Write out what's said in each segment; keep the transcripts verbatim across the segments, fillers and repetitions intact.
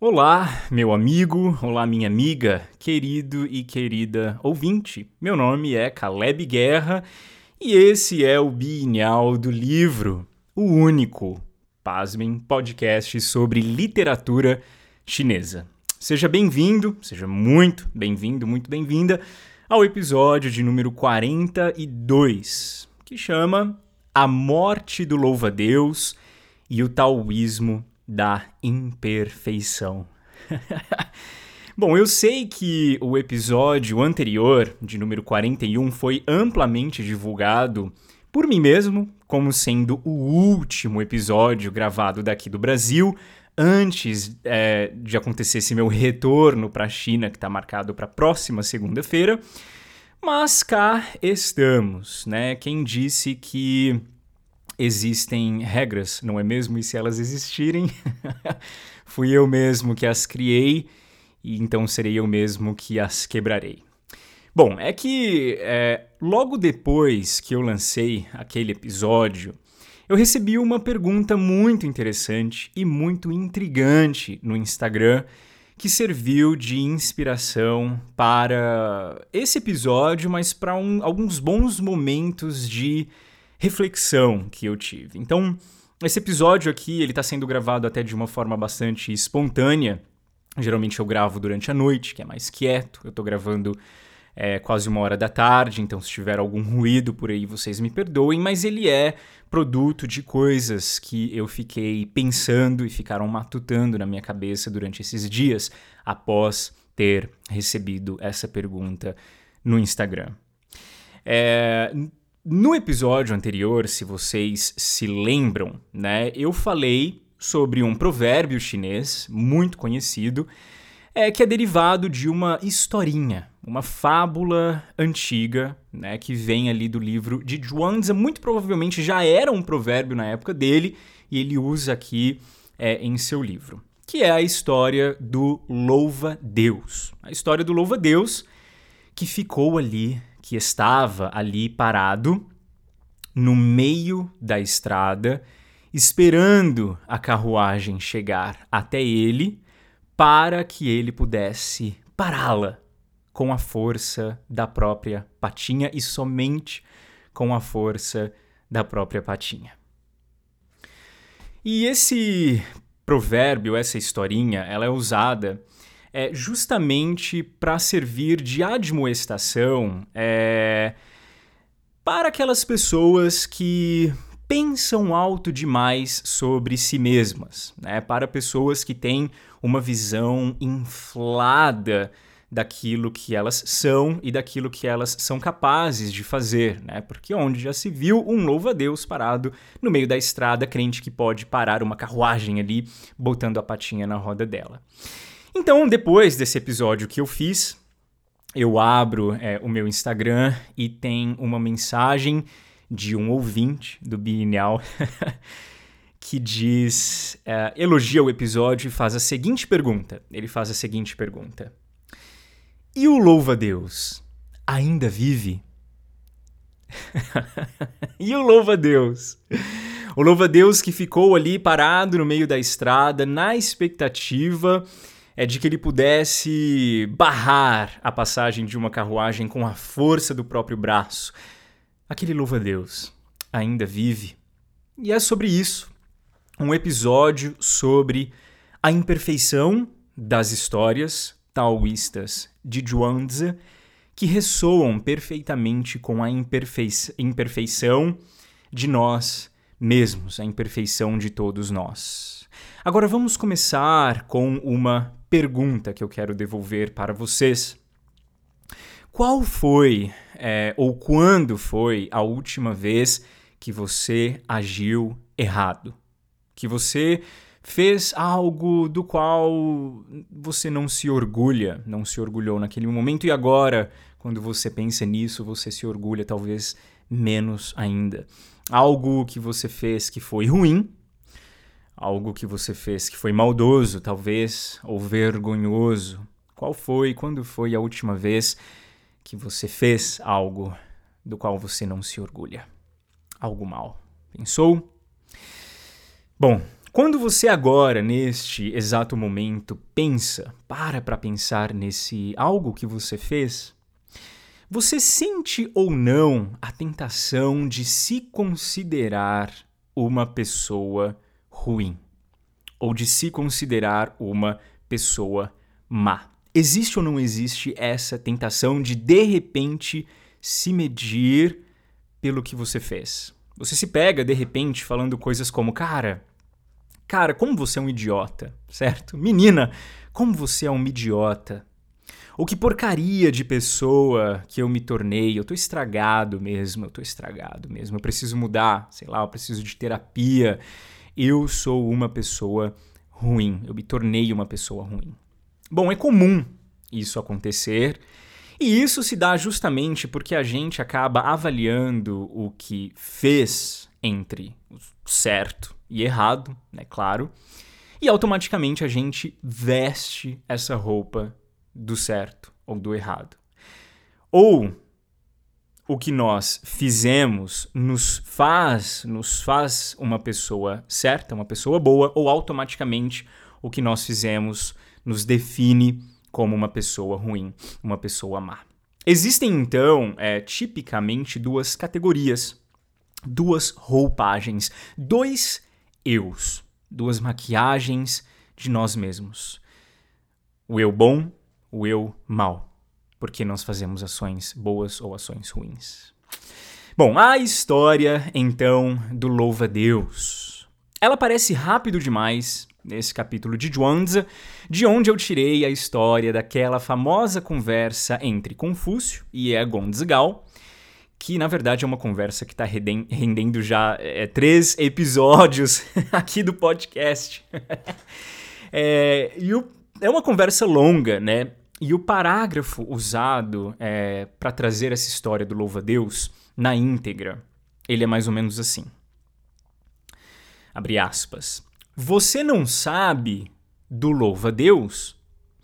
Olá, meu amigo, olá, minha amiga, querido e querida ouvinte. Meu nome é Caleb Guerra e esse é o Bienal do Livro, o único, pasmem, podcast sobre literatura chinesa. Seja bem-vindo, seja muito bem-vindo, muito bem-vinda ao episódio de número quarenta e dois, que chama A Morte do Louva-a-Deus e o Taoísmo da Imperfeição. Bom, eu sei que o episódio anterior, de número quarenta e um, foi amplamente divulgado por mim mesmo, como sendo o último episódio gravado daqui do Brasil, antes é, de acontecer esse meu retorno para a China, que está marcado para a próxima segunda-feira. Mas cá estamos, né? Quem disse que existem regras, não é mesmo? E se elas existirem, fui eu mesmo que as criei, e então serei eu mesmo que as quebrarei. Bom, é que é, logo depois que eu lancei aquele episódio, eu recebi uma pergunta muito interessante e muito intrigante no Instagram, que serviu de inspiração para esse episódio, mas para um, alguns bons momentos de reflexão que eu tive. Então, esse episódio aqui, ele tá sendo gravado até de uma forma bastante espontânea. Geralmente eu gravo durante a noite, que é mais quieto. Eu tô gravando é, quase uma hora da tarde, então se tiver algum ruído por aí, vocês me perdoem, mas ele é produto de coisas que eu fiquei pensando e ficaram matutando na minha cabeça durante esses dias, após ter recebido essa pergunta no Instagram. É... No episódio anterior, se vocês se lembram, né, eu falei sobre um provérbio chinês muito conhecido, é, que é derivado de uma historinha, uma fábula antiga, né, que vem ali do livro de Zhuangzi. Muito provavelmente já era um provérbio na época dele, e ele usa aqui é, em seu livro, que é a história do louva-a-Deus. A história do louva-a-Deus que ficou ali, que estava ali parado no meio da estrada, esperando a carruagem chegar até ele para que ele pudesse pará-la com a força da própria patinha e somente com a força da própria patinha. E esse provérbio, essa historinha, ela é usada É justamente para servir de admoestação é, para aquelas pessoas que pensam alto demais sobre si mesmas, né? Para pessoas que têm uma visão inflada daquilo que elas são e daquilo que elas são capazes de fazer, né? Porque onde já se viu um louva-a-Deus parado no meio da estrada, crente que pode parar uma carruagem ali, botando a patinha na roda dela. Então, depois desse episódio que eu fiz, eu abro é, o meu Instagram e tem uma mensagem de um ouvinte do Bienal que diz, é, elogia o episódio e faz a seguinte pergunta. Ele faz a seguinte pergunta. E o louva-a-Deus ainda vive? E o louva-a-Deus? O louva-a-Deus que ficou ali parado no meio da estrada na expectativa é de que ele pudesse barrar a passagem de uma carruagem com a força do próprio braço. Aquele louva-a-Deus ainda vive. E é sobre isso, um episódio sobre a imperfeição das histórias taoístas de Zhuangzi, que ressoam perfeitamente com a imperfei- imperfeição de nós mesmos, a imperfeição de todos nós. Agora vamos começar com uma pergunta que eu quero devolver para vocês. Qual foi, é, ou quando foi, a última vez que você agiu errado? Que você fez algo do qual você não se orgulha, não se orgulhou naquele momento e agora, quando você pensa nisso, você se orgulha talvez menos ainda. Algo que você fez que foi ruim, algo que você fez que foi maldoso, talvez, ou vergonhoso. Qual foi, quando foi a última vez que você fez algo do qual você não se orgulha? Algo mal. Pensou? Bom, Quando você agora, neste exato momento, pensa, para para pensar nesse algo que você fez, você sente ou não a tentação de se considerar uma pessoa ruim? Ou de se considerar uma pessoa má? Existe ou não existe essa tentação de, de repente, se medir pelo que você fez? Você se pega, de repente, falando coisas como, cara, cara, como você é um idiota, certo? Menina, como você é um idiota. Ou que porcaria de pessoa que eu me tornei, eu tô estragado mesmo, eu tô estragado mesmo, eu preciso mudar, sei lá, eu preciso de terapia, eu sou uma pessoa ruim, eu me tornei uma pessoa ruim. Bom, é comum isso acontecer, e isso se dá justamente porque a gente acaba avaliando o que fez entre o certo e errado, né, claro, e automaticamente a gente veste essa roupa do certo ou do errado. Ou o que nós fizemos nos faz, nos faz uma pessoa certa, uma pessoa boa, ou automaticamente o que nós fizemos nos define como uma pessoa ruim, uma pessoa má. Existem, então, é, tipicamente duas categorias, duas roupagens, dois eus, duas maquiagens de nós mesmos. O eu bom, o eu mau, porque nós fazemos ações boas ou ações ruins. Bom, a história, então, do louva-a-Deus. Ela parece rápido demais nesse capítulo de Zhuangzi, de onde eu tirei a história daquela famosa conversa entre Confúcio e Egon Zhigao, que na verdade é uma conversa que está rendendo já é, três episódios aqui do podcast. é, e o, é uma conversa longa, né? E o parágrafo usado é, para trazer essa história do louva-a-Deus na íntegra, ele é mais ou menos assim. Abre aspas. Você não sabe do louva-a-Deus?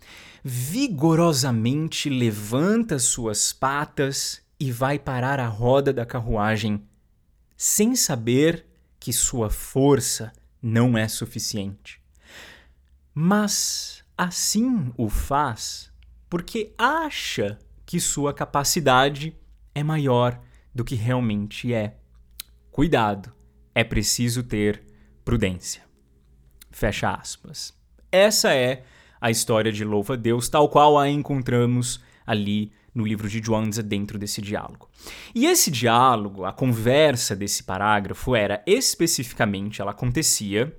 Vigorosamente levanta suas patas e vai parar a roda da carruagem, sem saber que sua força não é suficiente. Mas assim o faz porque acha que sua capacidade é maior do que realmente é. Cuidado, é preciso ter prudência. Fecha aspas. Essa é a história de louva-a-Deus, tal qual a encontramos ali no livro de Zhuangzi, dentro desse diálogo. E esse diálogo, a conversa desse parágrafo era especificamente, ela acontecia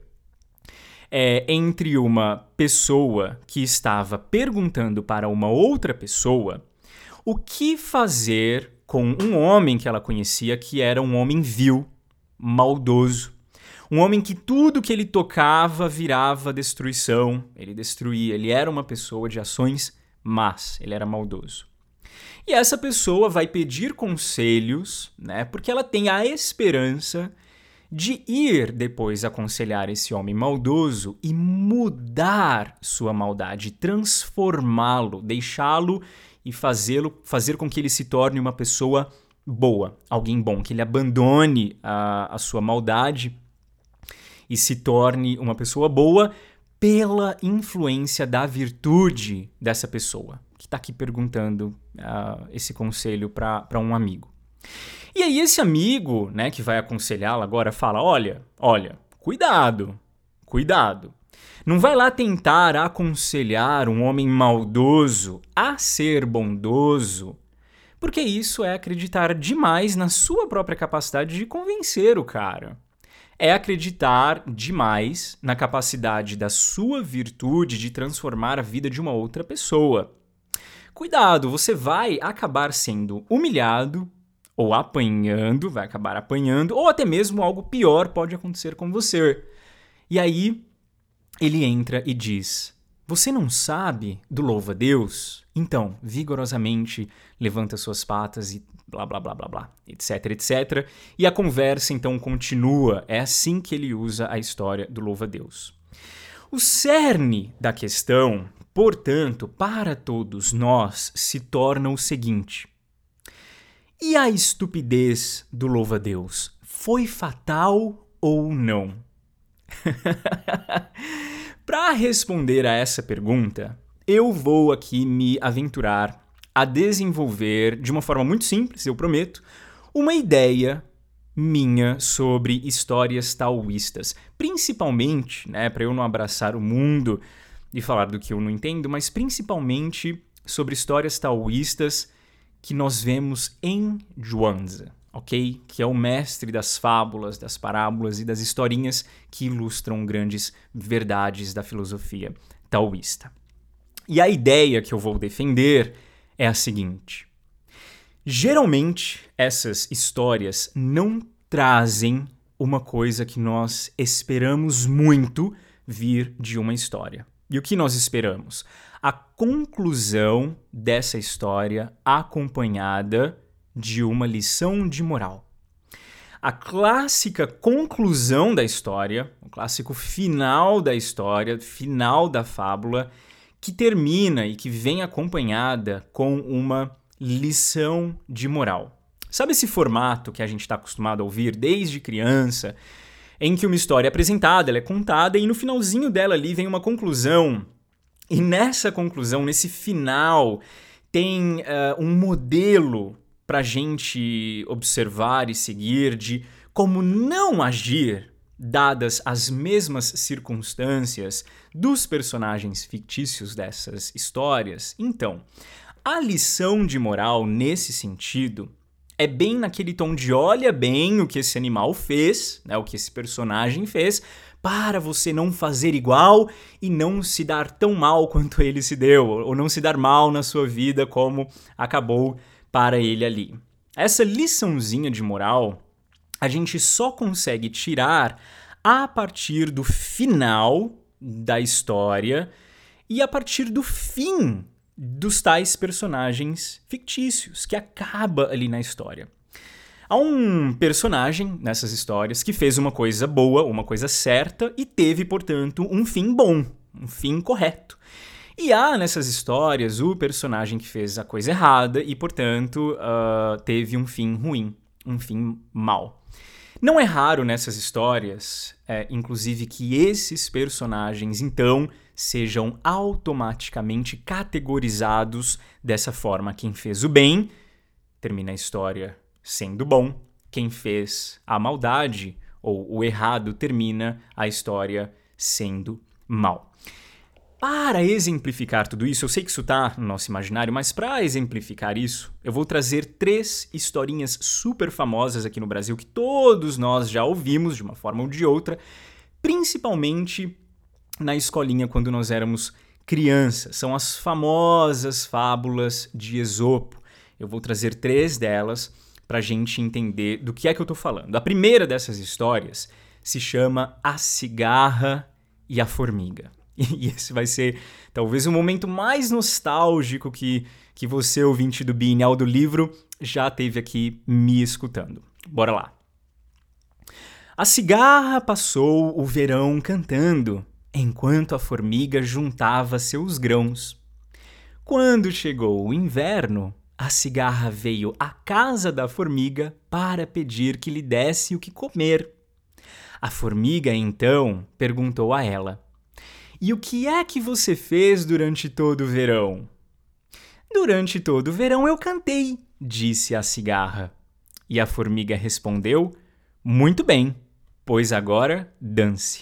é, entre uma pessoa que estava perguntando para uma outra pessoa o que fazer com um homem que ela conhecia, que era um homem vil, maldoso. Um homem que tudo que ele tocava virava destruição, ele destruía, ele era uma pessoa de ações más, ele era maldoso. E essa pessoa vai pedir conselhos, né, porque ela tem a esperança de ir depois aconselhar esse homem maldoso e mudar sua maldade, transformá-lo, deixá-lo e fazê-lo, fazer com que ele se torne uma pessoa boa, alguém bom, que ele abandone a, a sua maldade e se torne uma pessoa boa pela influência da virtude dessa pessoa, que está aqui perguntando uh, esse conselho para um amigo. E aí esse amigo, né, que vai aconselhá-la agora, fala, olha, olha, cuidado, cuidado. Não vai lá tentar aconselhar um homem maldoso a ser bondoso, porque isso é acreditar demais na sua própria capacidade de convencer o cara. É acreditar demais na capacidade da sua virtude de transformar a vida de uma outra pessoa. Cuidado, você vai acabar sendo humilhado ou apanhando, vai acabar apanhando, ou até mesmo algo pior pode acontecer com você. E aí ele entra e diz, você não sabe do louva-a-Deus? Então, vigorosamente levanta suas patas e blá, blá, blá, blá, blá, etc, etcétera. E a conversa, então, continua. É assim que ele usa a história do louva-a-Deus. O cerne da questão, portanto, para todos nós, se torna o seguinte. E a estupidez do louva-a-Deus foi fatal ou não? Para responder a essa pergunta, eu vou aqui me aventurar a desenvolver, de uma forma muito simples, eu prometo, uma ideia minha sobre histórias taoístas. Principalmente, né, para eu não abraçar o mundo e falar do que eu não entendo, mas principalmente sobre histórias taoístas que nós vemos em Zhuangzi, ok? Que é o mestre das fábulas, das parábolas e das historinhas que ilustram grandes verdades da filosofia taoísta. E a ideia que eu vou defender é a seguinte: geralmente, essas histórias não trazem uma coisa que nós esperamos muito vir de uma história. E o que nós esperamos? A conclusão dessa história acompanhada de uma lição de moral. A clássica conclusão da história, o clássico final da história, final da fábula, que termina e que vem acompanhada com uma lição de moral. Sabe esse formato que a gente está acostumado a ouvir desde criança, em que uma história é apresentada, ela é contada e no finalzinho dela ali vem uma conclusão. E nessa conclusão, nesse final, tem uh, um modelo para a gente observar e seguir de como não agir dadas as mesmas circunstâncias dos personagens fictícios dessas histórias. Então, a lição de moral nesse sentido é bem naquele tom de olha bem o que esse animal fez, né, o que esse personagem fez, para você não fazer igual e não se dar tão mal quanto ele se deu, ou não se dar mal na sua vida como acabou para ele ali. Essa liçãozinha de moral a gente só consegue tirar a partir do final da história e a partir do fim dos tais personagens fictícios, que acaba ali na história. Há um personagem nessas histórias que fez uma coisa boa, uma coisa certa, e teve, portanto, um fim bom, um fim correto. E há nessas histórias o personagem que fez a coisa errada e, portanto, uh, teve um fim ruim, um fim mau. Não é raro nessas histórias, é, inclusive, que esses personagens, então, sejam automaticamente categorizados dessa forma. Quem fez o bem termina a história sendo bom. Quem fez a maldade ou o errado termina a história sendo mal. Para exemplificar tudo isso, eu sei que isso está no nosso imaginário, mas para exemplificar isso, eu vou trazer três historinhas super famosas aqui no Brasil que todos nós já ouvimos de uma forma ou de outra, principalmente na escolinha quando nós éramos crianças. São as famosas fábulas de Esopo. Eu vou trazer três delas para a gente entender do que é que eu estou falando. A primeira dessas histórias se chama A Cigarra e a Formiga. E esse vai ser talvez o momento mais nostálgico que, que você, ouvinte do Bienal do Livro, já teve aqui me escutando. Bora lá. A cigarra passou o verão cantando, enquanto a formiga juntava seus grãos. Quando chegou o inverno, a cigarra veio à casa da formiga para pedir que lhe desse o que comer. A formiga, então, perguntou a ela: "E o que é que você fez durante todo o verão?" "Durante todo o verão eu cantei", disse a cigarra. E a formiga respondeu: "Muito bem, pois agora dance."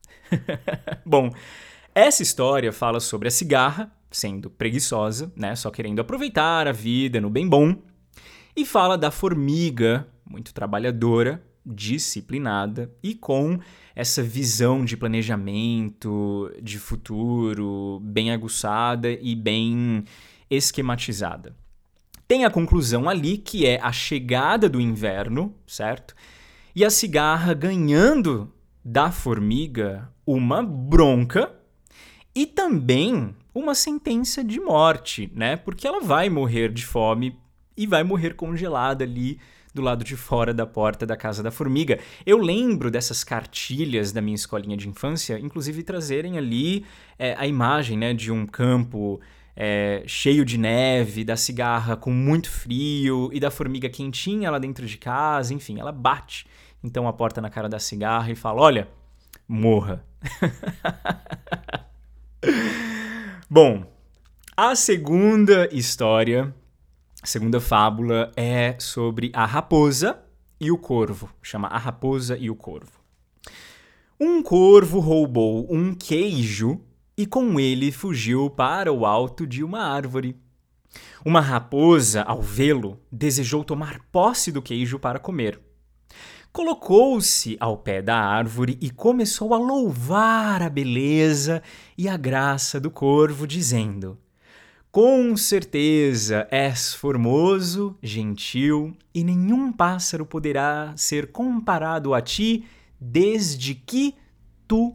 Bom, essa história fala sobre a cigarra sendo preguiçosa, né, só querendo aproveitar a vida no bem bom, e fala da formiga, muito trabalhadora, disciplinada e com essa visão de planejamento, de futuro, bem aguçada e bem esquematizada. Tem a conclusão ali, que é a chegada do inverno, certo? E a cigarra ganhando da formiga uma bronca e também uma sentença de morte, né? Porque ela vai morrer de fome e vai morrer congelada ali do lado de fora da porta da casa da formiga. Eu lembro dessas cartilhas da minha escolinha de infância, inclusive trazerem ali é, a imagem, né, de um campo é, cheio de neve, da cigarra com muito frio e da formiga quentinha lá dentro de casa. Enfim, ela bate então a porta na cara da cigarra e fala: "Olha, morra. Bom, a segunda história, a segunda fábula é sobre a raposa e o corvo. Chama A Raposa e o Corvo. Um corvo roubou um queijo e com ele fugiu para o alto de uma árvore. Uma raposa, ao vê-lo, desejou tomar posse do queijo para comer. Colocou-se ao pé da árvore e começou a louvar a beleza e a graça do corvo, dizendo: com certeza és formoso, gentil, e nenhum pássaro poderá ser comparado a ti desde que tu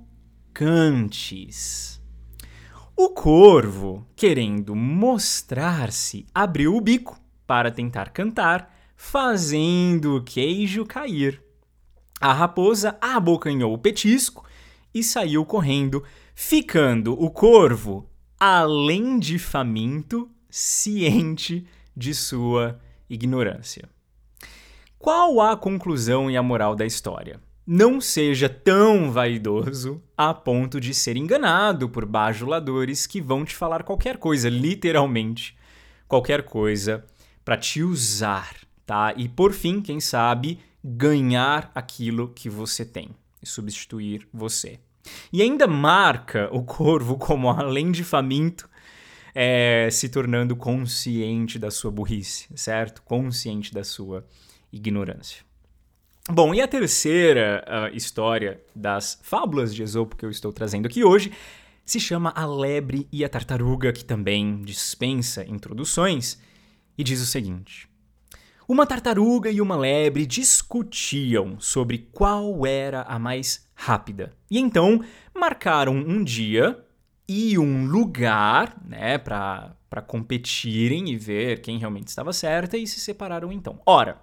cantes. O corvo, querendo mostrar-se, abriu o bico para tentar cantar, fazendo o queijo cair. A raposa abocanhou o petisco e saiu correndo, ficando o corvo, além de faminto, ciente de sua ignorância. Qual a conclusão e a moral da história? Não seja tão vaidoso a ponto de ser enganado por bajuladores que vão te falar qualquer coisa, literalmente, qualquer coisa, para te usar, tá? E por fim, quem sabe, ganhar aquilo que você tem e substituir você. E ainda marca o corvo como, além de faminto, é, se tornando consciente da sua burrice, certo? Consciente da sua ignorância. Bom, e a terceira uh, história das fábulas de Esopo que eu estou trazendo aqui hoje se chama A Lebre e a Tartaruga, que também dispensa introduções, e diz o seguinte: uma tartaruga e uma lebre discutiam sobre qual era a mais rápida. E então marcaram um dia e um lugar, né, para para competirem e ver quem realmente estava certa, e se separaram então. Ora,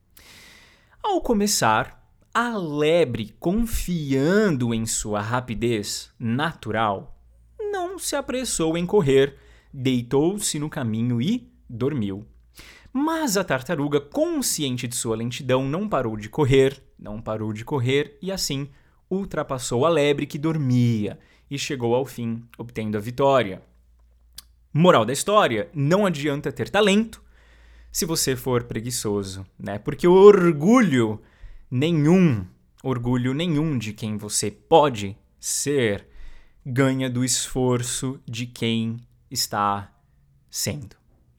ao começar, a lebre, confiando em sua rapidez natural, não se apressou em correr, deitou-se no caminho e dormiu. Mas a tartaruga, consciente de sua lentidão, não parou de correr, não parou de correr e assim ultrapassou a lebre que dormia e chegou ao fim, obtendo a vitória. Moral da história: não adianta ter talento se você for preguiçoso, né? Porque orgulho nenhum, orgulho nenhum de quem você pode ser, ganha do esforço de quem está sendo.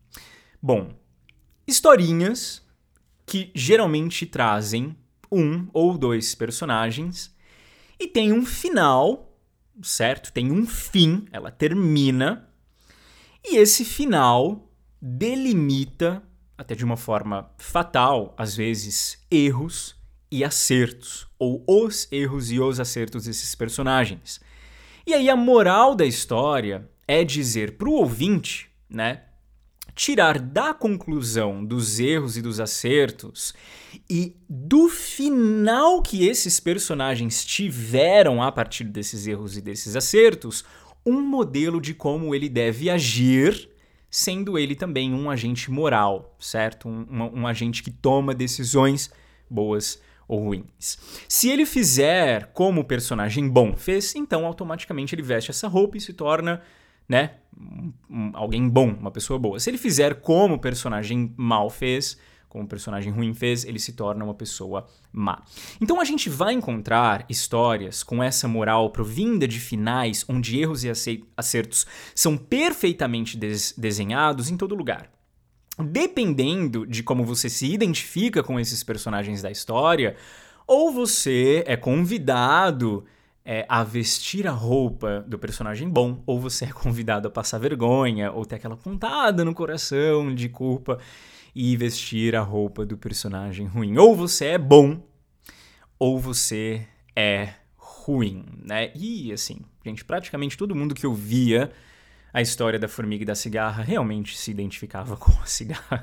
Bom, historinhas que geralmente trazem um ou dois personagens e tem um final, certo? Tem um fim, ela termina, e esse final delimita, até de uma forma fatal, às vezes, erros e acertos, ou os erros e os acertos desses personagens. E aí a moral da história é dizer para o ouvinte, né, tirar da conclusão dos erros e dos acertos e do final que esses personagens tiveram a partir desses erros e desses acertos, um modelo de como ele deve agir, sendo ele também um agente moral, certo? Um, um, um agente que toma decisões boas ou ruins. Se ele fizer como o personagem bom fez, então automaticamente ele veste essa roupa e se torna, né, um, um, alguém bom, uma pessoa boa. Se ele fizer como o personagem mal fez, como o personagem ruim fez, ele se torna uma pessoa má. Então a gente vai encontrar histórias com essa moral provinda de finais onde erros e acertos são perfeitamente des- desenhados em todo lugar. Dependendo de como você se identifica com esses personagens da história, ou você é convidado é, a vestir a roupa do personagem bom, ou você é convidado a passar vergonha, ou ter aquela pontada no coração de culpa e vestir a roupa do personagem ruim. Ou você é bom, ou você é ruim, né? E assim, gente, praticamente todo mundo que ouvia a história da formiga e da cigarra realmente se identificava com a cigarra.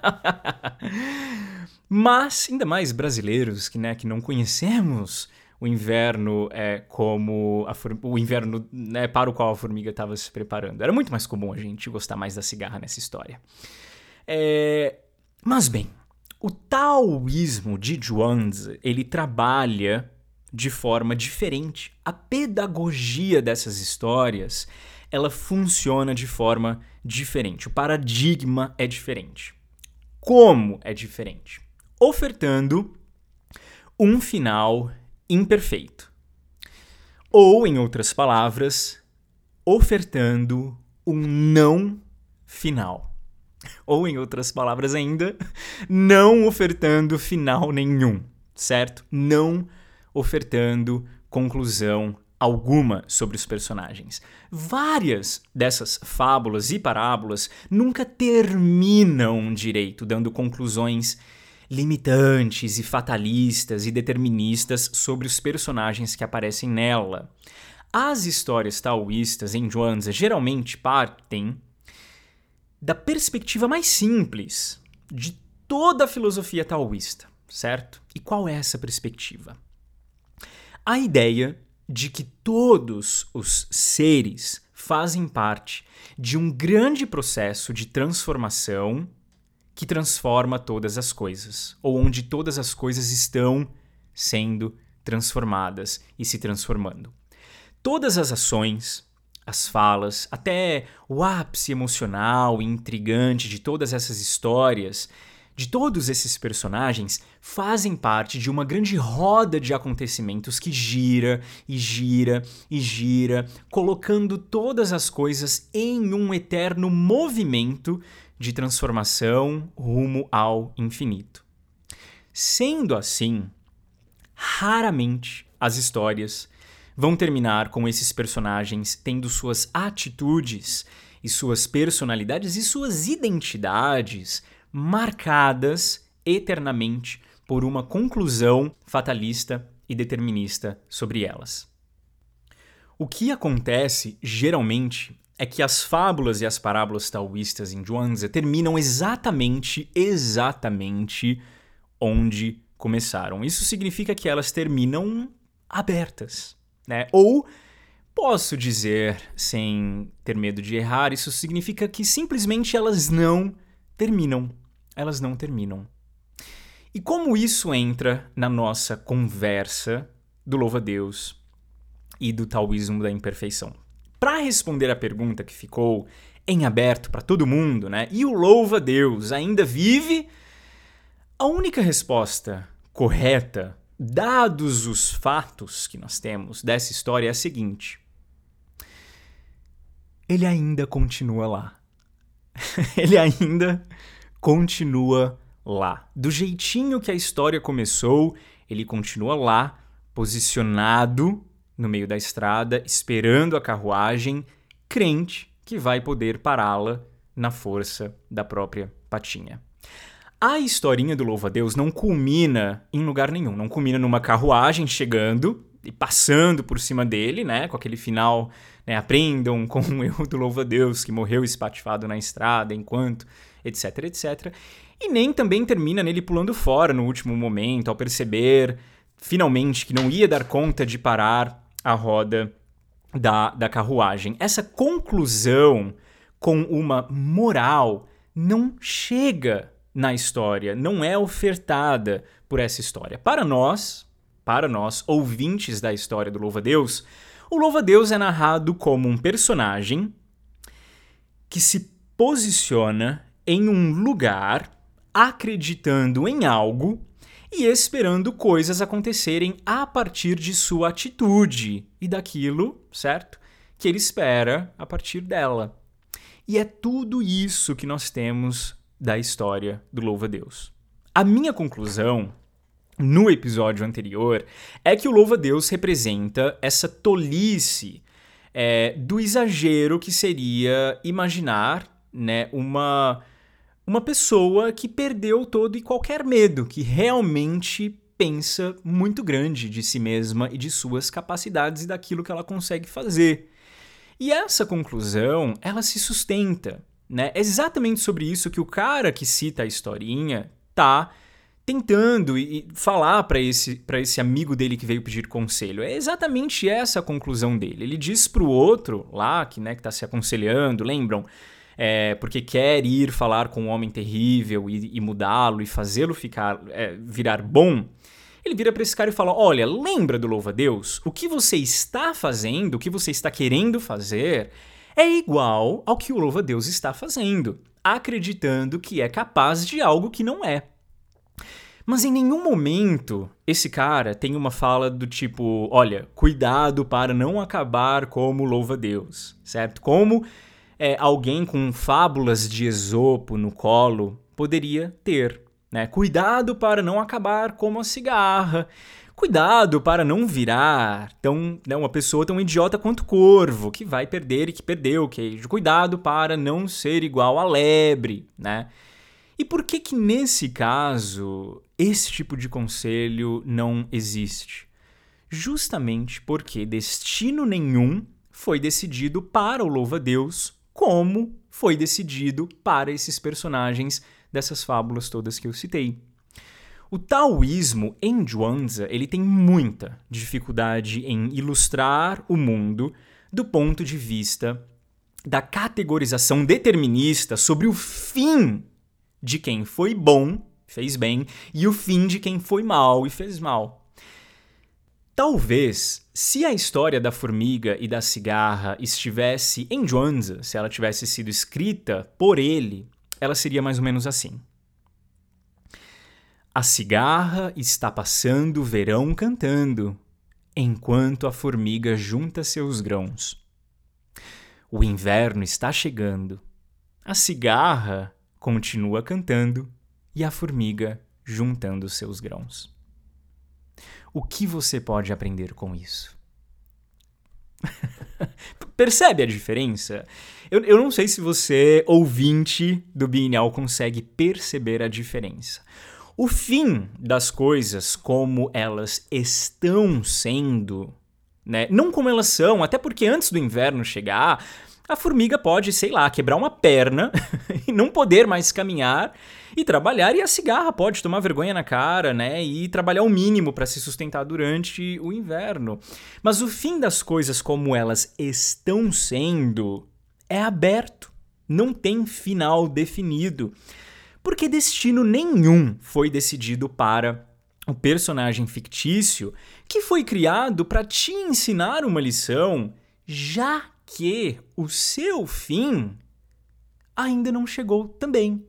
Mas, ainda mais brasileiros que, né, que não conhecemos o inverno é, como a for- o inverno, né, para o qual a formiga estava se preparando. Era muito mais comum a gente gostar mais da cigarra nessa história. É, mas bem, o taoísmo de Zhuangzi, ele trabalha de forma diferente. A pedagogia dessas histórias, ela funciona de forma diferente. O paradigma é diferente. Como é diferente? Ofertando um final imperfeito. Ou, em outras palavras, ofertando um não final. Ou, em outras palavras ainda, não ofertando final nenhum, certo? Não ofertando conclusão alguma sobre os personagens. Várias dessas fábulas e parábolas nunca terminam direito, dando conclusões limitantes e fatalistas e deterministas sobre os personagens que aparecem nela. As histórias taoístas em Zhuangzi geralmente partem da perspectiva mais simples de toda a filosofia taoísta, certo? E qual é essa perspectiva? A ideia de que todos os seres fazem parte de um grande processo de transformação que transforma todas as coisas, ou onde todas as coisas estão sendo transformadas e se transformando. Todas as ações, as falas, até o ápice emocional e intrigante de todas essas histórias, de todos esses personagens, fazem parte de uma grande roda de acontecimentos que gira e gira e gira, colocando todas as coisas em um eterno movimento de transformação rumo ao infinito. Sendo assim, raramente as histórias vão terminar com esses personagens tendo suas atitudes e suas personalidades e suas identidades marcadas eternamente por uma conclusão fatalista e determinista sobre elas. O que acontece, geralmente, é que as fábulas e as parábolas taoístas em Zhuangzi terminam exatamente, exatamente onde começaram. Isso significa que elas terminam abertas, né? Ou, posso dizer, sem ter medo de errar, isso significa que simplesmente elas não terminam. Elas não terminam. E como isso entra na nossa conversa do louva-a-Deus e do taoísmo da imperfeição? Para responder a pergunta que ficou em aberto para todo mundo, né? E o louva-a-Deus ainda vive? A única resposta correta, dados os fatos que nós temos dessa história, é a seguinte: ele ainda continua lá. Ele ainda continua lá. Do jeitinho que a história começou, ele continua lá, posicionado no meio da estrada, esperando a carruagem, crente que vai poder pará-la na força da própria patinha. A historinha do louva-a-Deus não culmina em lugar nenhum, não culmina numa carruagem chegando e passando por cima dele, né, com aquele final, né, aprendam com o erro do louva-a-Deus que morreu espatifado na estrada enquanto, etc, etc. E nem também termina nele pulando fora no último momento, ao perceber finalmente que não ia dar conta de parar a roda da, da carruagem. Essa conclusão com uma moral não chega na história, não é ofertada por essa história. Para nós, para nós, ouvintes da história do louva-a-Deus, o louva-a-Deus é narrado como um personagem que se posiciona em um lugar acreditando em algo e esperando coisas acontecerem a partir de sua atitude e daquilo, certo? Que ele espera a partir dela. E é tudo isso que nós temos da história do louva-a-Deus. A minha conclusão no episódio anterior é que o louva-a-Deus representa essa tolice é, do exagero que seria imaginar, né, uma, uma pessoa que perdeu todo e qualquer medo, que realmente pensa muito grande de si mesma e de suas capacidades e daquilo que ela consegue fazer. E essa conclusão, ela se sustenta, né? É exatamente sobre isso que o cara que cita a historinha tá tentando e falar para esse, para esse amigo dele que veio pedir conselho. É exatamente essa a conclusão dele. Ele diz pro outro lá, que, né, que tá se aconselhando, lembram? É, porque quer ir falar com um homem terrível e, e mudá-lo e fazê-lo ficar, é, virar bom. Ele vira para esse cara e fala: olha, lembra do louva-a-Deus? O que você está fazendo, o que você está querendo fazer, é igual ao que o louva-a-Deus está fazendo, acreditando que é capaz de algo que não é. Mas em nenhum momento esse cara tem uma fala do tipo: olha, cuidado para não acabar como louva-a-Deus, certo? Como é, alguém com fábulas de Esopo no colo poderia ter. Né? Cuidado para não acabar como a cigarra. Cuidado para não virar tão, né, uma pessoa tão idiota quanto o corvo, que vai perder e que perdeu o queijo. Cuidado para não ser igual a lebre. Né? E por que que nesse caso esse tipo de conselho não existe? Justamente porque destino nenhum foi decidido para o louva-a-Deus, como foi decidido para esses personagens dessas fábulas todas que eu citei. O taoísmo em Zhuangzi, ele tem muita dificuldade em ilustrar o mundo do ponto de vista da categorização determinista sobre o fim de quem foi bom, fez bem, e o fim de quem foi mal e fez mal. Talvez, se a história da formiga e da cigarra estivesse em Zhuangzi, se ela tivesse sido escrita por ele, ela seria mais ou menos assim. A cigarra está passando o verão cantando, enquanto a formiga junta seus grãos. O inverno está chegando. A cigarra continua cantando e a formiga juntando seus grãos. O que você pode aprender com isso? Percebe a diferença? Eu, eu não sei se você, ouvinte do Bienal, consegue perceber a diferença. O fim das coisas como elas estão sendo, né? Não como elas são, até porque antes do inverno chegar, a formiga pode, sei lá, quebrar uma perna e não poder mais caminhar e trabalhar, e a cigarra pode tomar vergonha na cara, né, e trabalhar o mínimo para se sustentar durante o inverno. Mas o fim das coisas como elas estão sendo é aberto, não tem final definido, porque destino nenhum foi decidido para o personagem fictício que foi criado para te ensinar uma lição, já que o seu fim ainda não chegou também.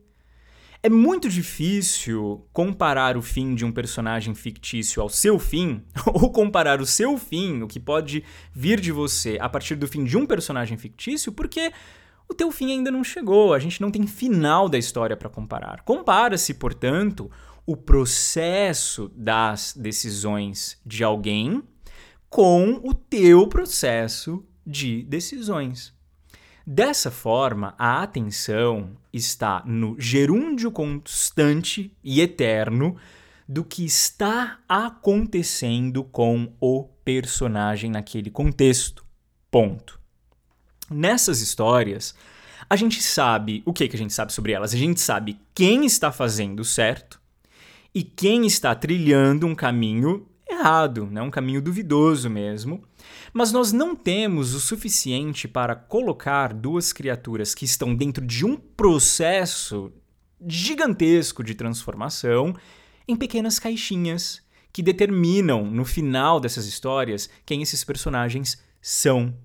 É muito difícil comparar o fim de um personagem fictício ao seu fim, ou comparar o seu fim, o que pode vir de você, a partir do fim de um personagem fictício, porque o teu fim ainda não chegou, a gente não tem final da história para comparar. Compara-se, portanto, o processo das decisões de alguém com o teu processo de decisões. Dessa forma, a atenção está no gerúndio constante e eterno do que está acontecendo com o personagem naquele contexto. Ponto. Nessas histórias, a gente sabe o que, que a gente sabe sobre elas. A gente sabe quem está fazendo certo e quem está trilhando um caminho errado, né? Um caminho duvidoso mesmo. Mas nós não temos o suficiente para colocar duas criaturas que estão dentro de um processo gigantesco de transformação em pequenas caixinhas que determinam, no final dessas histórias, quem esses personagens são,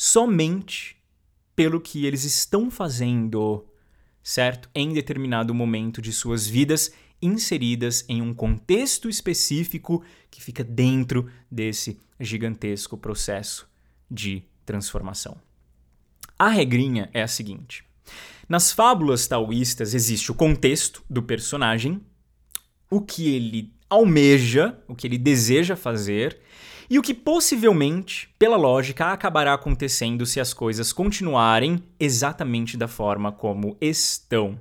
somente pelo que eles estão fazendo, certo? Em determinado momento de suas vidas, inseridas em um contexto específico que fica dentro desse gigantesco processo de transformação. A regrinha é a seguinte: nas fábulas taoístas existe o contexto do personagem, o que ele almeja, o que ele deseja fazer, e o que possivelmente, pela lógica, acabará acontecendo se as coisas continuarem exatamente da forma como estão.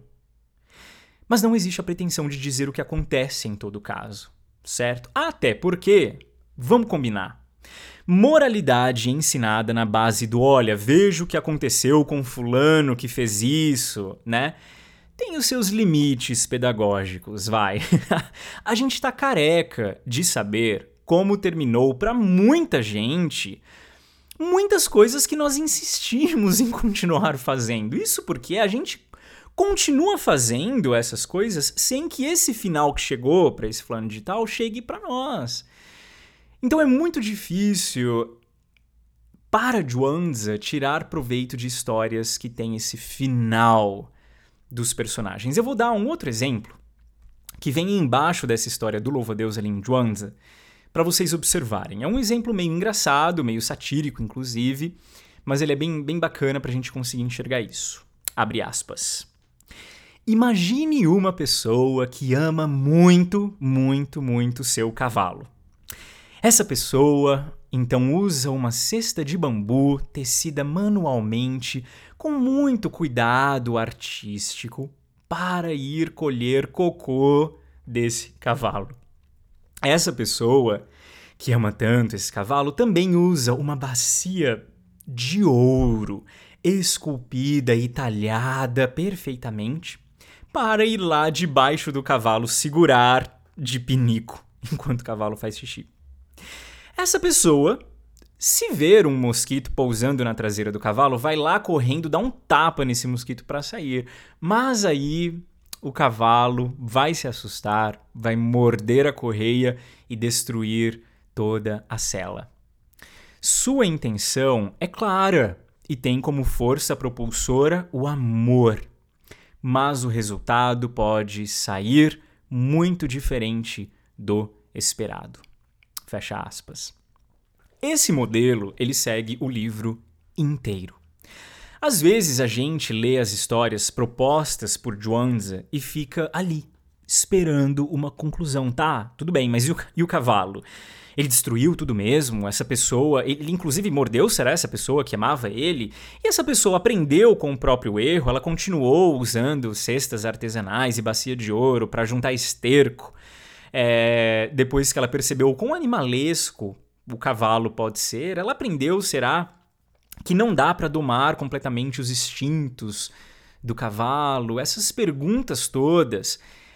Mas não existe a pretensão de dizer o que acontece em todo caso, certo? Até porque, vamos combinar, moralidade ensinada na base do olha, veja o que aconteceu com fulano que fez isso, né? Tem os seus limites pedagógicos, vai. A gente tá careca de saber como terminou para muita gente muitas coisas que nós insistimos em continuar fazendo. Isso porque a gente continua fazendo essas coisas sem que esse final que chegou para esse fulano de tal chegue para nós. Então é muito difícil para Zhuangzi tirar proveito de histórias que têm esse final dos personagens. Eu vou dar um outro exemplo que vem embaixo dessa história do louva-a-Deus ali em Zhuangzi, para vocês observarem. É um exemplo meio engraçado, meio satírico, inclusive, mas ele é bem, bem bacana para a gente conseguir enxergar isso. Abre aspas. Imagine uma pessoa que ama muito, muito, muito seu cavalo. Essa pessoa, então, usa uma cesta de bambu tecida manualmente, com muito cuidado artístico, para ir colher cocô desse cavalo. Essa pessoa, que ama tanto esse cavalo, também usa uma bacia de ouro, esculpida e talhada perfeitamente, para ir lá debaixo do cavalo segurar de pinico, enquanto o cavalo faz xixi. Essa pessoa, se ver um mosquito pousando na traseira do cavalo, vai lá correndo, dá um tapa nesse mosquito para sair. Mas aí o cavalo vai se assustar, vai morder a correia e destruir toda a sela. Sua intenção é clara e tem como força propulsora o amor. Mas o resultado pode sair muito diferente do esperado. Fecha aspas. Esse modelo, ele segue o livro inteiro. Às vezes a gente lê as histórias propostas por Zhuangzi e fica ali, esperando uma conclusão. Tá, tudo bem, mas e o, e o cavalo? Ele destruiu tudo mesmo? Essa pessoa, ele inclusive mordeu, será essa pessoa que amava ele? E essa pessoa aprendeu com o próprio erro, ela continuou usando cestas artesanais e bacia de ouro para juntar esterco. É, depois que ela percebeu o quão animalesco o cavalo pode ser, ela aprendeu, será, que não dá para domar completamente os instintos do cavalo. Essas perguntas todas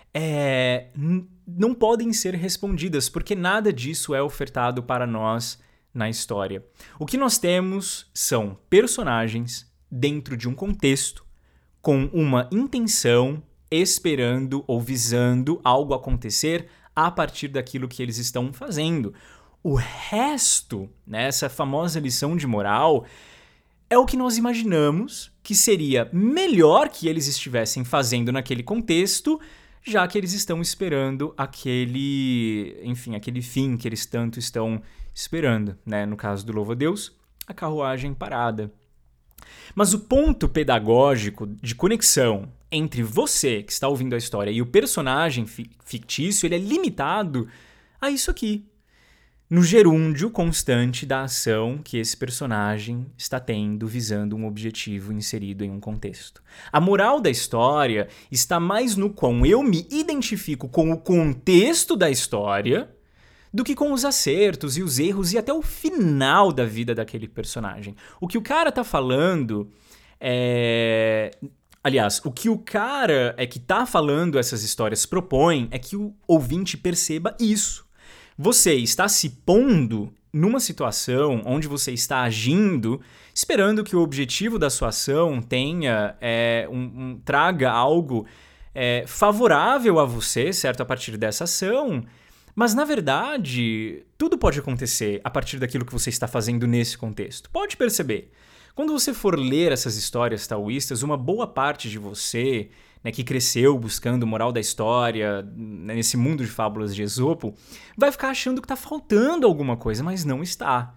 é, n- não podem ser respondidas, porque nada disso é ofertado para nós na história. O que nós temos são personagens dentro de um contexto, com uma intenção, esperando ou visando algo acontecer a partir daquilo que eles estão fazendo. O resto, né, essa famosa lição de moral, é o que nós imaginamos que seria melhor que eles estivessem fazendo naquele contexto, já que eles estão esperando aquele, enfim, aquele fim que eles tanto estão esperando, né? No caso do louva-a-Deus, a carruagem parada. Mas o ponto pedagógico de conexão entre você, que está ouvindo a história, e o personagem fictício, ele é limitado a isso aqui. No gerúndio constante da ação que esse personagem está tendo, visando um objetivo inserido em um contexto. A moral da história está mais no quão eu me identifico com o contexto da história do que com os acertos e os erros e até o final da vida daquele personagem. O que o cara tá falando é... Aliás, o que o cara é que tá falando essas histórias propõe é que o ouvinte perceba isso. Você está se pondo numa situação onde você está agindo, esperando que o objetivo da sua ação tenha, é, um, um, traga algo é, favorável a você, certo? A partir dessa ação. Mas, na verdade, tudo pode acontecer a partir daquilo que você está fazendo nesse contexto. Pode perceber. Quando você for ler essas histórias taoístas, uma boa parte de você, né, que cresceu buscando moral da história, né, nesse mundo de fábulas de Esopo, vai ficar achando que está faltando alguma coisa, mas não está.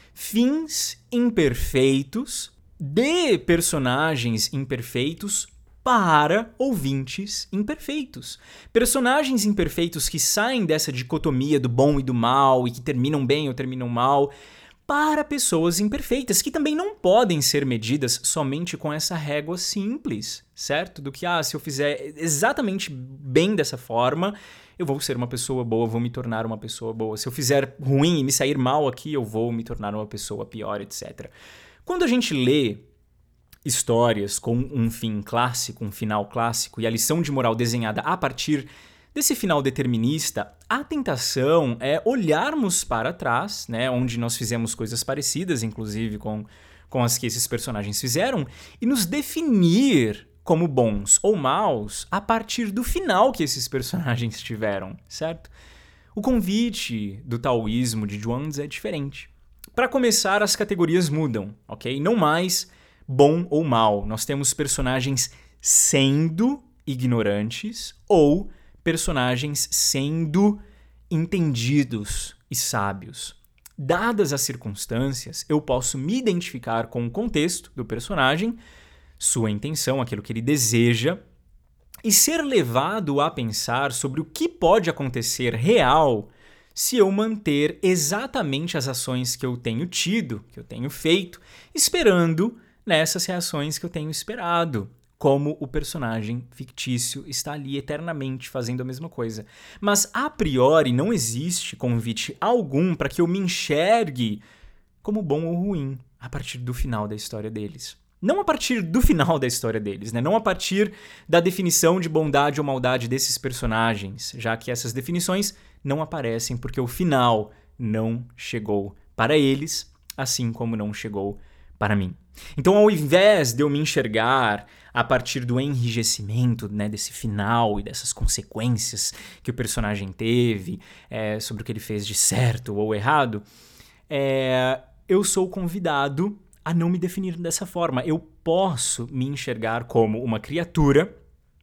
Fins imperfeitos de personagens imperfeitos para ouvintes imperfeitos. Personagens imperfeitos que saem dessa dicotomia do bom e do mal e que terminam bem ou terminam mal, para pessoas imperfeitas, que também não podem ser medidas somente com essa régua simples, certo? Do que, ah, se eu fizer exatamente bem dessa forma, eu vou ser uma pessoa boa, vou me tornar uma pessoa boa. Se eu fizer ruim e me sair mal aqui, eu vou me tornar uma pessoa pior, etcétera. Quando a gente lê histórias com um fim clássico, um final clássico, e a lição de moral desenhada a partir desse final determinista, a tentação é olharmos para trás, né, onde nós fizemos coisas parecidas, inclusive com, com as que esses personagens fizeram, e nos definir como bons ou maus a partir do final que esses personagens tiveram, certo? O convite do taoísmo de Zhuangzi é diferente. Para começar, as categorias mudam, ok? Não mais bom ou mal. Nós temos personagens sendo ignorantes ou personagens sendo entendidos e sábios. Dadas as circunstâncias, eu posso me identificar com o contexto do personagem, sua intenção, aquilo que ele deseja, e ser levado a pensar sobre o que pode acontecer real se eu manter exatamente as ações que eu tenho tido, que eu tenho feito, esperando nessas reações que eu tenho esperado, como o personagem fictício está ali eternamente fazendo a mesma coisa. Mas, a priori, não existe convite algum para que eu me enxergue como bom ou ruim a partir do final da história deles. Não a partir do final da história deles, né? Não a partir da definição de bondade ou maldade desses personagens, já que essas definições não aparecem porque o final não chegou para eles, assim como não chegou para mim. Então, ao invés de eu me enxergar a partir do enrijecimento, né, desse final e dessas consequências que o personagem teve, é, sobre o que ele fez de certo ou errado, é, eu sou convidado a não me definir dessa forma. Eu posso me enxergar como uma criatura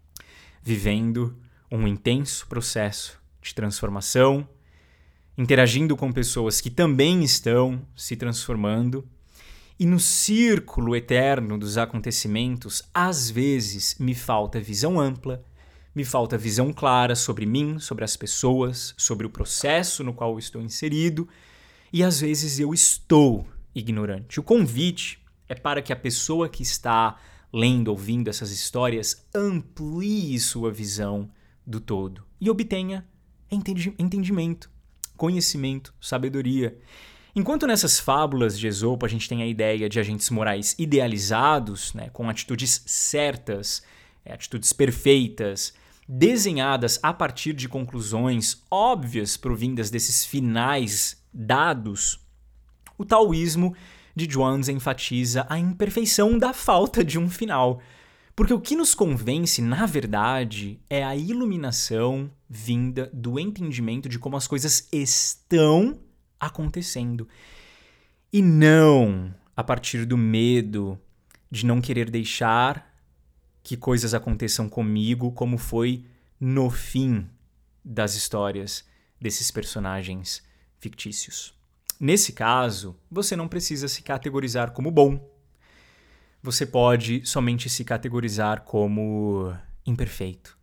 vivendo um intenso processo de transformação, interagindo com pessoas que também estão se transformando, e no círculo eterno dos acontecimentos, às vezes me falta visão ampla, me falta visão clara sobre mim, sobre as pessoas, sobre o processo no qual eu estou inserido, e às vezes eu estou ignorante. O convite é para que a pessoa que está lendo, ouvindo essas histórias, amplie sua visão do todo e obtenha entendi- entendimento, conhecimento, sabedoria. Enquanto nessas fábulas de Esopo a gente tem a ideia de agentes morais idealizados, né, com atitudes certas, é, atitudes perfeitas, desenhadas a partir de conclusões óbvias provindas desses finais dados, o taoísmo de Zhuangzi enfatiza a imperfeição da falta de um final. Porque o que nos convence, na verdade, é a iluminação vinda do entendimento de como as coisas estão acontecendo. E não a partir do medo de não querer deixar que coisas aconteçam comigo como foi no fim das histórias desses personagens fictícios. Nesse caso, você não precisa se categorizar como bom. Você pode somente se categorizar como imperfeito.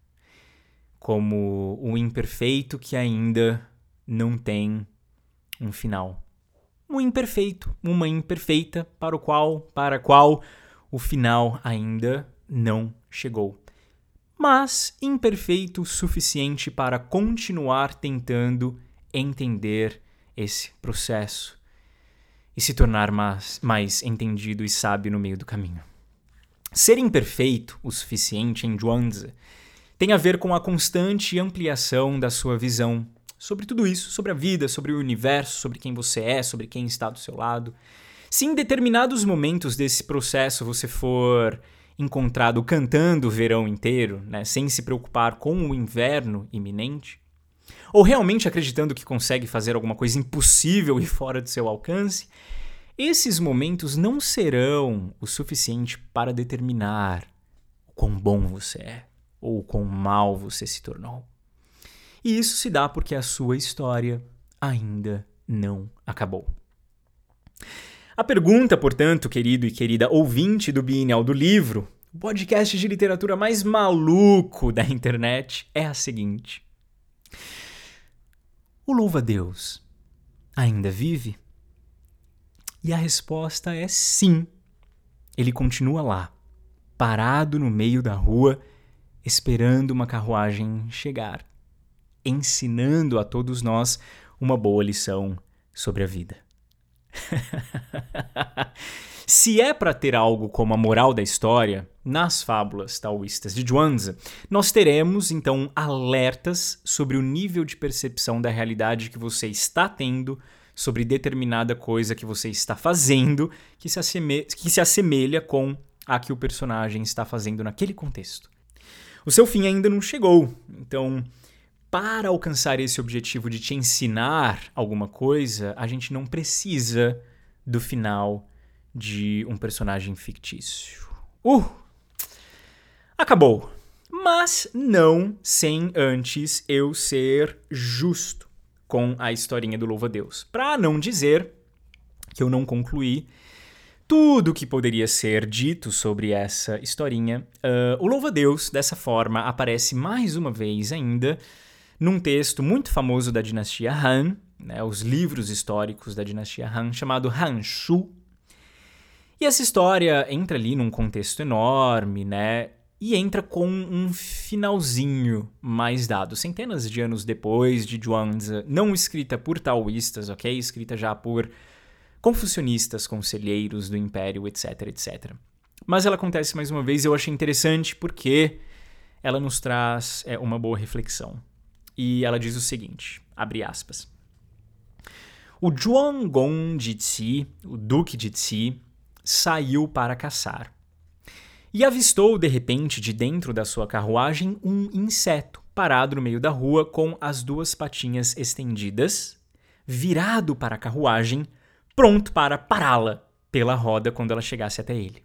Como um imperfeito que ainda não tem um final. Um imperfeito, uma imperfeita para o qual, para a qual o final ainda não chegou. Mas imperfeito o suficiente para continuar tentando entender esse processo e se tornar mais, mais entendido e sábio no meio do caminho. Ser imperfeito o suficiente em Zhuangzi tem a ver com a constante ampliação da sua visão sobre tudo isso, sobre a vida, sobre o universo, sobre quem você é, sobre quem está do seu lado. Se em determinados momentos desse processo você for encontrado cantando o verão inteiro, né, sem se preocupar com o inverno iminente, ou realmente acreditando que consegue fazer alguma coisa impossível e fora do seu alcance, esses momentos não serão o suficiente para determinar o quão bom você é ou o quão mal você se tornou. E isso se dá porque a sua história ainda não acabou. A pergunta, portanto, querido e querida ouvinte do Bienal do Livro, o podcast de literatura mais maluco da internet, é a seguinte: o louva-a-Deus ainda vive? E a resposta é sim. Ele continua lá, parado no meio da rua, esperando uma carruagem chegar, ensinando a todos nós uma boa lição sobre a vida. Se é para ter algo como a moral da história, nas fábulas taoístas de Zhuangzi, nós teremos, então, alertas sobre o nível de percepção da realidade que você está tendo sobre determinada coisa que você está fazendo que se, asseme- que se assemelha com a que o personagem está fazendo naquele contexto. O seu fim ainda não chegou, então, para alcançar esse objetivo de te ensinar alguma coisa, a gente não precisa do final de um personagem fictício. Uh! Acabou! Mas não sem antes eu ser justo com a historinha do Louva-a-Deus. Para não dizer que eu não concluí tudo o que poderia ser dito sobre essa historinha, uh, o Louva-a-Deus, dessa forma, aparece mais uma vez ainda num texto muito famoso da dinastia Han, né, os livros históricos da dinastia Han, chamado Han Shu. E essa história entra ali num contexto enorme, né? E entra com um finalzinho mais dado, centenas de anos depois de Zhuangzi, não escrita por taoístas, ok? Escrita já por confucionistas, conselheiros do império, etc, etcétera. Mas ela acontece mais uma vez e eu achei interessante porque ela nos traz é, uma boa reflexão. E ela diz o seguinte, abre aspas. O Zhuanggong de Qi, o duque de Qi, saiu para caçar. E avistou, de repente, de dentro da sua carruagem, um inseto parado no meio da rua com as duas patinhas estendidas, virado para a carruagem, pronto para pará-la pela roda quando ela chegasse até ele.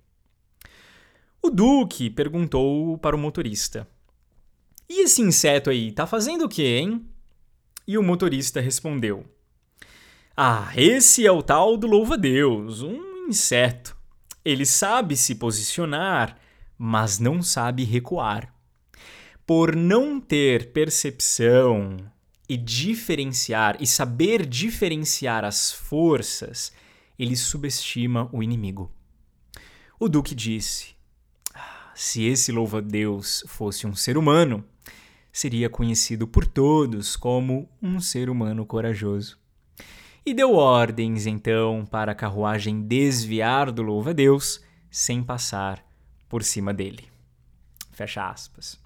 O duque perguntou para o motorista, e esse inseto aí, tá fazendo o quê, hein? E o motorista respondeu, ah, esse é o tal do Louva-a-Deus, um inseto. Ele sabe se posicionar, mas não sabe recuar. Por não ter percepção e diferenciar e saber diferenciar as forças, ele subestima o inimigo. O duque disse, ah, se esse Louva-a-Deus fosse um ser humano, seria conhecido por todos como um ser humano corajoso. E deu ordens, então, para a carruagem desviar do Louva-a-Deus sem passar por cima dele. Fecha aspas.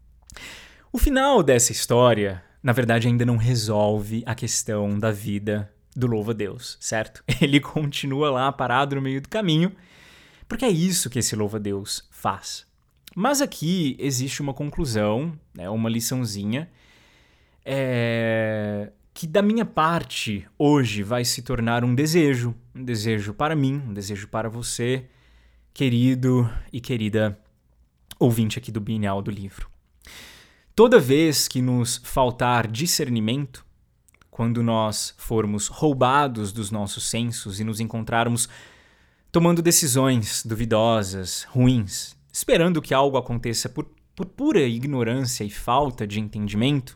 O final dessa história, na verdade, ainda não resolve a questão da vida do Louva-a-Deus, certo? Ele continua lá parado no meio do caminho, porque é isso que esse Louva-a-Deus faz. Mas aqui existe uma conclusão, né, uma liçãozinha, é... que da minha parte, hoje, vai se tornar um desejo. Um desejo para mim, um desejo para você, querido e querida ouvinte aqui do Bienal do Livro. Toda vez que nos faltar discernimento, quando nós formos roubados dos nossos sensos e nos encontrarmos tomando decisões duvidosas, ruins, esperando que algo aconteça por, por pura ignorância e falta de entendimento,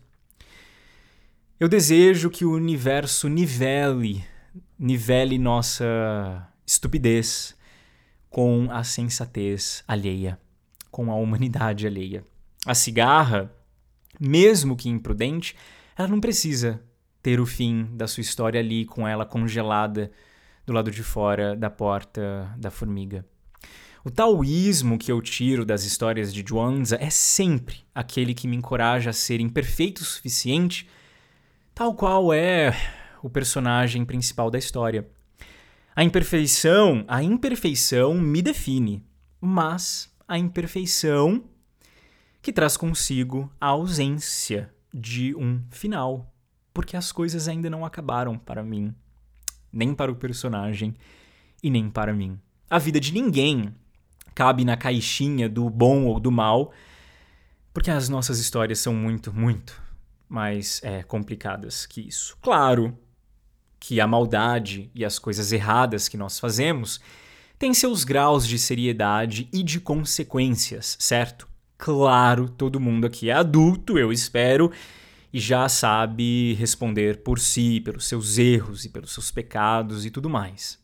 eu desejo que o universo nivele, nivele nossa estupidez com a sensatez alheia, com a humanidade alheia. A cigarra, mesmo que imprudente, ela não precisa ter o fim da sua história ali com ela congelada do lado de fora da porta da formiga. O taoísmo que eu tiro das histórias de Zhuangzi é sempre aquele que me encoraja a ser imperfeito o suficiente, tal qual é o personagem principal da história. A imperfeição, a imperfeição me define, mas a imperfeição que traz consigo a ausência de um final, porque as coisas ainda não acabaram para mim, nem para o personagem e nem para mim. A vida de ninguém cabe na caixinha do bom ou do mal, porque as nossas histórias são muito, muito mais é, complicadas que isso. Claro que a maldade e as coisas erradas que nós fazemos têm seus graus de seriedade e de consequências, certo? Claro, todo mundo aqui é adulto, eu espero, e já sabe responder por si, pelos seus erros e pelos seus pecados e tudo mais.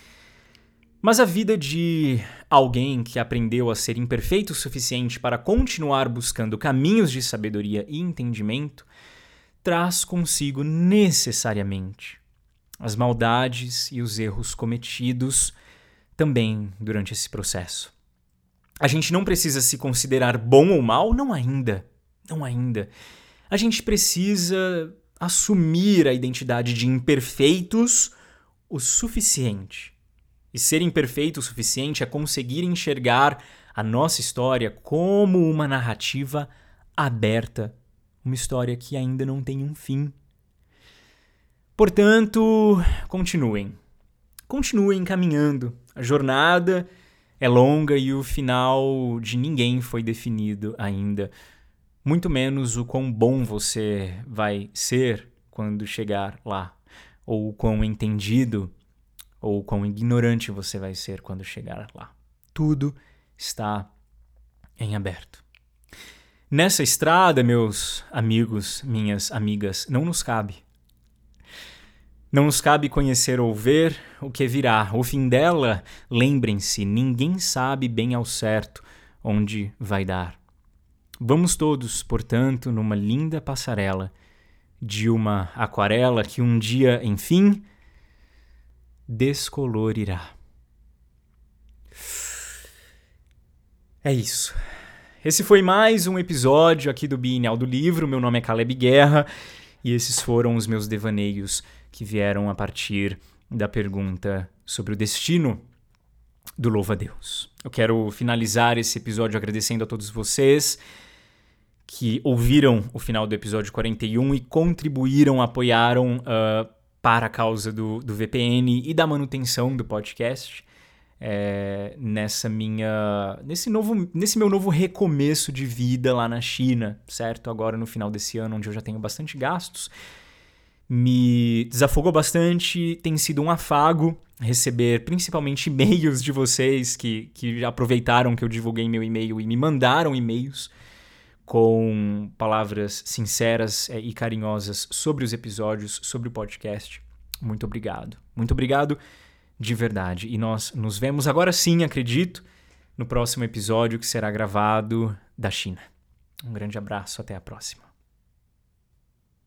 Mas a vida de alguém que aprendeu a ser imperfeito o suficiente para continuar buscando caminhos de sabedoria e entendimento traz consigo necessariamente as maldades e os erros cometidos também durante esse processo. A gente não precisa se considerar bom ou mal, não ainda, não ainda. A gente precisa assumir a identidade de imperfeitos o suficiente E ser imperfeito o suficiente é conseguir enxergar a nossa história como uma narrativa aberta, uma história que ainda não tem um fim. Portanto, continuem. Continuem caminhando. A jornada é longa e o final de ninguém foi definido ainda. Muito menos o quão bom você vai ser quando chegar lá, ou o quão entendido ou quão ignorante você vai ser quando chegar lá. Tudo está em aberto. Nessa estrada, meus amigos, minhas amigas, não nos cabe. Não nos cabe conhecer ou ver o que virá. O fim dela, lembrem-se, ninguém sabe bem ao certo onde vai dar. Vamos todos, portanto, numa linda passarela de uma aquarela que um dia, enfim, descolorirá. É isso. Esse foi mais um episódio aqui do Bienal do Livro. Meu nome é Caleb Guerra e esses foram os meus devaneios que vieram a partir da pergunta sobre o destino do Louva-a-Deus. Eu quero finalizar esse episódio agradecendo a todos vocês que ouviram o final do episódio quarenta e um e contribuíram, apoiaram uh, para a causa do, do V P N e da manutenção do podcast. É, nessa minha, nesse, novo, nesse meu novo recomeço de vida lá na China, certo? Agora no final desse ano, onde eu já tenho bastante gastos. Me desafogou bastante, tem sido um afago receber principalmente e-mails de vocês que, que aproveitaram que eu divulguei meu e-mail e me mandaram e-mails com palavras sinceras e carinhosas sobre os episódios, sobre o podcast. Muito obrigado. Muito obrigado de verdade. E nós nos vemos agora sim, acredito, no próximo episódio que será gravado da China. Um grande abraço, até a próxima.